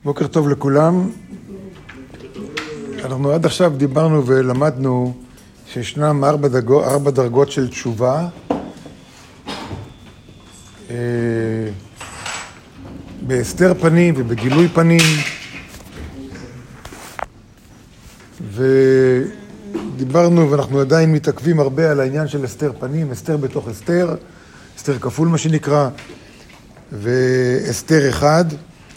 בוקר טוב לכולם. אנחנו עד עכשיו דיברנו ולמדנו שישנם ארבע דרגות של תשובה. בהסתר פנים ובגילוי פנים. ודיברנו ואנחנו עדיין מתעכבים הרבה על העניין של הסתר פנים, הסתר בתוך הסתר, הסתר כפול מה שנקרא, והסתר אחד.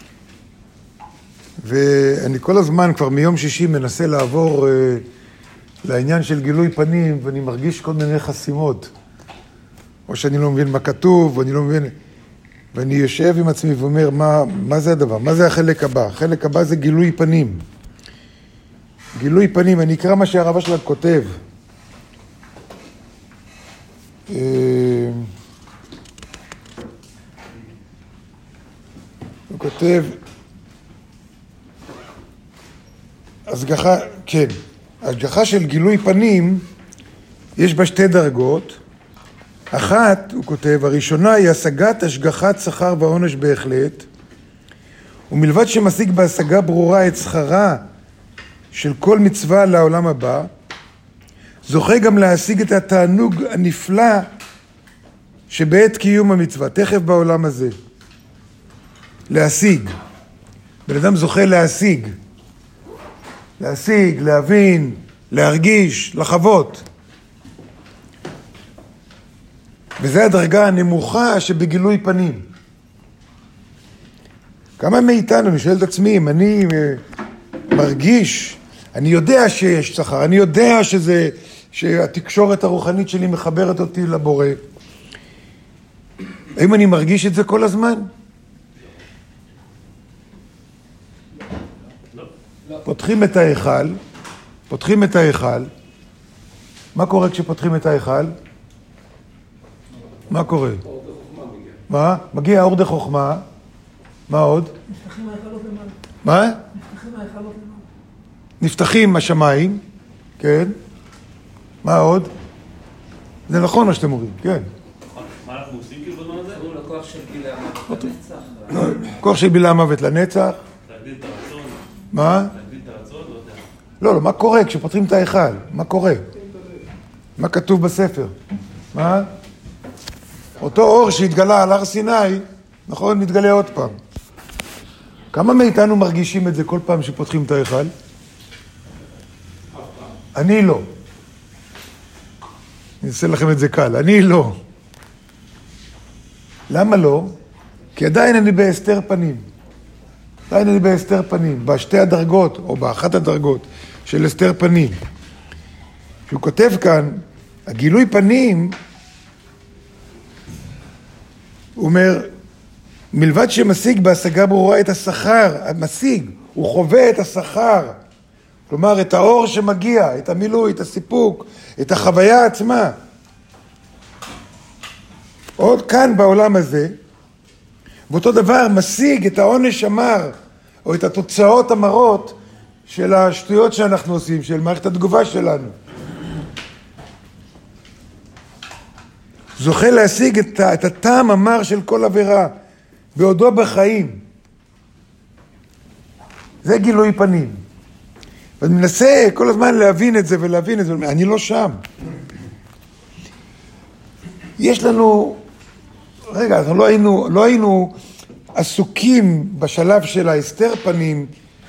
ואני כל הזמן כבר מיום שישי מנסה לעבור לעניין של גילוי פנים, ואני מרגיש כל מיני חסימות. או שאני לא מבין מה כתוב, או אני לא מבין... ואני יושב עם עצמי ואומר, מה זה הדבר? מה זה החלק הבא? החלק הבא זה גילוי פנים. גילוי פנים, אני אקרא מה שהרב שלך כותב. הוא כותב... השגחה של גילוי פנים, יש בה שתי דרגות. אחת, הוא כותב, הראשונה היא השגת השגחת שכר ועונש בהחלט, ומלבד שמשיג בהשגה ברורה את שכרה של כל מצווה לעולם הבא, זוכה גם להשיג את התענוג הנפלא שבעת קיום המצווה, תכף בעולם הזה. להשיג. בן אדם זוכה להשיג, להבין, להרגיש, לחוות. וזו הדרגה הנמוכה שבגילוי פנים. כמה מאיתנו, אני שואל את עצמי, אם אני מרגיש, אני יודע שיש שכר, אני יודע שהתקשורת הרוחנית שלי מחברת אותי לבורא. האם אני מרגיש את זה כל הזמן? פותחים את ההיכל. מה קורה כשפותחים את ההיכל? מה קורה? מה? מגיע האור דחוכמה. מה עוד? נפתחים ההיכלות למעלה. מה? נפתחים ההיכלות למעלה. נפתחים השמיים, כן. מה עוד? זה נכון מה שאתם אומרים, כן. מה אנחנו עושים כאילו בזמן הזה? הוא לקוח של בילה המוות לנצח. כוח של בילה המוות לנצח. להגדיל את הרצון. מה? להגדיל את הרצון, לא יודע. לא, מה קורה כשפותחים את ההיכל? מה קורה? מה כתוב בספר? מה? אותו אור שהתגלה על הר סיני, נכון? מתגלה עוד פעם. כמה מאיתנו מרגישים את זה כל פעם שפותחים את ההיכל? אני לא. אני אעשה לכם את זה קל. אני לא. למה לא? כי עדיין אני בהסתר פנים. בשתי הדרגות, או באחת הדרגות של הסתר פנים. שהוא כותב כאן, הגילוי פנים, הוא אומר, מלבד שמשיג בהשגה ברורה את השכר, הוא חווה את השכר, כלומר את האור שמגיע, את המילוי, את הסיפוק, את החוויה עצמה. עוד כאן בעולם הזה, ואותו דבר משיג את העונש המר, או את התוצאות המרות של השטויות שאנחנו עושים, של מערכת התגובה שלנו. זוכה להשיג את הטעם המר של כל עבירה, בעודו בחיים. זה גילוי פנים. ואני מנסה כל הזמן להבין את זה ולהבין את זה, אני לא שם. יש לנו, אנחנו לא היינו עסוקים בשלב של ההסתר פנים,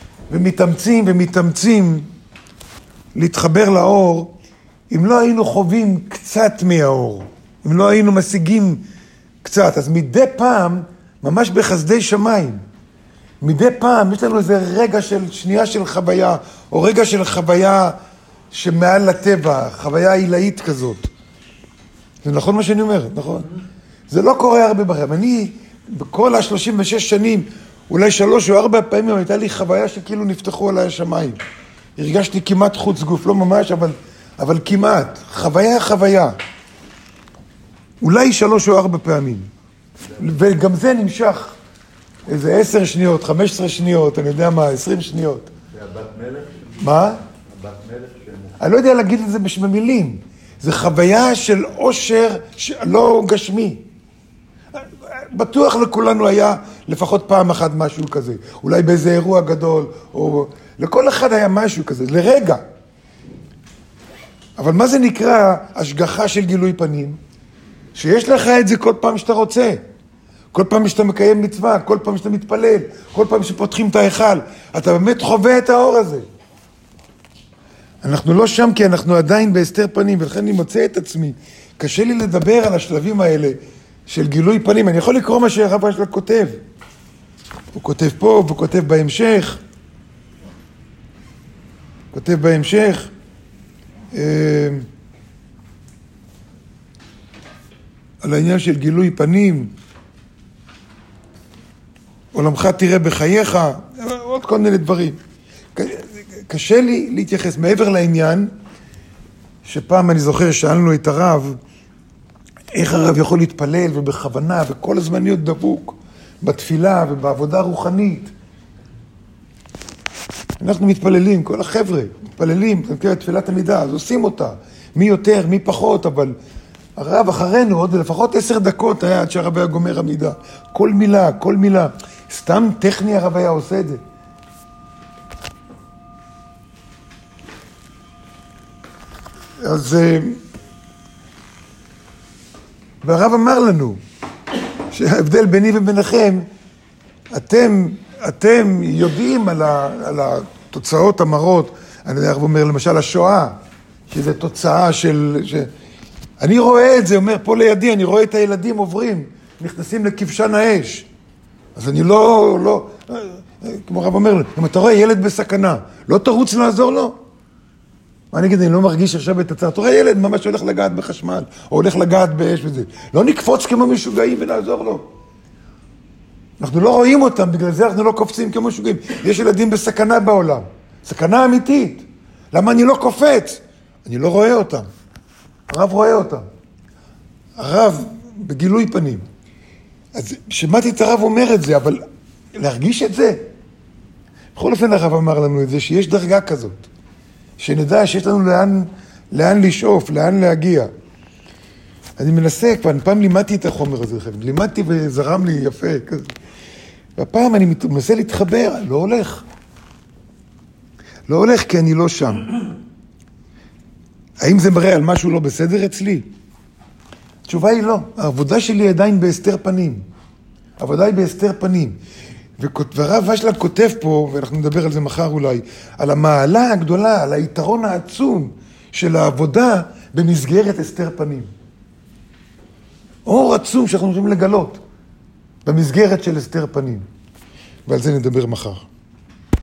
ומתאמצים להתחבר לאור, אם לא היינו חווים קצת מהאור. אם לא היינו משיגים קצת, אז מדי פעם, ממש בחסדי שמיים, מדי פעם יש לנו איזה רגע של שנייה של חוויה, או רגע של חוויה שמעל לטבע, חוויה עילאית כזאת. זה נכון מה שאני אומר, נכון? זה לא קורה הרבה בחיים. אני, בכל ה-36 שנים, אולי 3 או 4 פעמים, הייתה לי חוויה שכאילו נפתחו עליי השמיים. הרגשתי כמעט חוץ גוף, לא ממש, אבל כמעט. חוויה. אולי 3 או 4 פעמים. וגם זה נמשך איזה 10 שניות, 15 שניות, אני יודע מה, 20 שניות. זה הבת מלך? מה? הבת מלך? אני לא יודע להגיד את זה במילים. זה חוויה של עושר לא גשמי. בטוח לכולנו היה לפחות פעם אחת משהו כזה. אולי באיזה אירוע גדול, או לכל אחד היה משהו כזה, לרגע. אבל מה זה נקרא השגחה של גילוי פנים? שיש לך את זה כל פעם שאתה רוצה. כל פעם שאתה מקיים מצווה, כל פעם שאתה מתפלל, כל פעם שפותחים את ההיכל, אתה באמת חווה את האור הזה. אנחנו לא שם כי אנחנו עדיין בהסתר פנים, ולכן אני מוצא את עצמי. קשה לי לדבר על השלבים האלה של גילוי פנים. אני יכול לקרוא מה שהרב אשלה כותב. הוא כותב פה, והוא כותב בהמשך. כותב בהמשך. על העניין של גילוי פנים. עולמך תראה בחייך, עוד כל מיני דברים. קשה לי להתייחס מעבר לעניין, שפעם אני זוכר שאלנו את הרב, איך הרב יכול להתפלל ובכוונה וכל הזמן להיות דבוק בתפילה ובעבודה רוחנית. אנחנו מתפללים, כל החבר'ה מתפללים, תפילת עמידה, אז עושים אותה, מי יותר, מי פחות, אבל הרב אחרינו עוד לפחות 10 דקות היה עד שהרב היה גומר עמידה. כל מילה, כל מילה. סתם טכני הרב היה עושה את זה. אז והרב אמר לנו שההבדל ביני וביניכם, אתם יודעים על התוצאות המרות. אני יודע, הרב אומר למשל השואה, שזה תוצאה של... אני רואה את זה, אומר פה לידי, אני רואה את הילדים עוברים, נכנסים לכבשן האש. אז אני לא, כמו הרב אומר, אם אתה רואה ילד בסכנה, לא תרוץ לעזור לו? מה אני אגיד, אני לא מרגיש עכשיו את הצער. אתה רואה ילד ממש הולך לגעת בחשמל, או הולך לגעת באש וזה. לא נקפוץ כמו משוגעים ונעזור לו. אנחנו לא רואים אותם, בגלל זה אנחנו לא קופצים כמו משוגעים. יש ילדים בסכנה בעולם, סכנה אמיתית. למה אני לא קופץ? אני לא רואה אותם. הרב רואה אותם. הרב בגילוי פנים. אז שמעתי את הרב אומר את זה, אבל להרגיש את זה. בכל אופן הרב אמר לנו את זה, שיש דרגה כזאת. שנדע שיש לנו לאן לשאוף, לאן להגיע. אני מנסה, כבר פעם לימדתי את החומר הזה, לימדתי וזרם לי יפה כזה. והפעם אני מנסה להתחבר, לא הולך. לא הולך כי אני לא שם. האם זה מראה על משהו לא בסדר אצלי? התשובה היא לא. העבודה שלי עדיין בהסתר פנים. העבודה היא בהסתר פנים. והרב אשלג כותב פה, ואנחנו נדבר על זה מחר אולי, על המעלה הגדולה, על היתרון העצום של העבודה במסגרת הסתר פנים. אור עצום שאנחנו יכולים לגלות במסגרת של הסתר פנים. ועל זה נדבר מחר.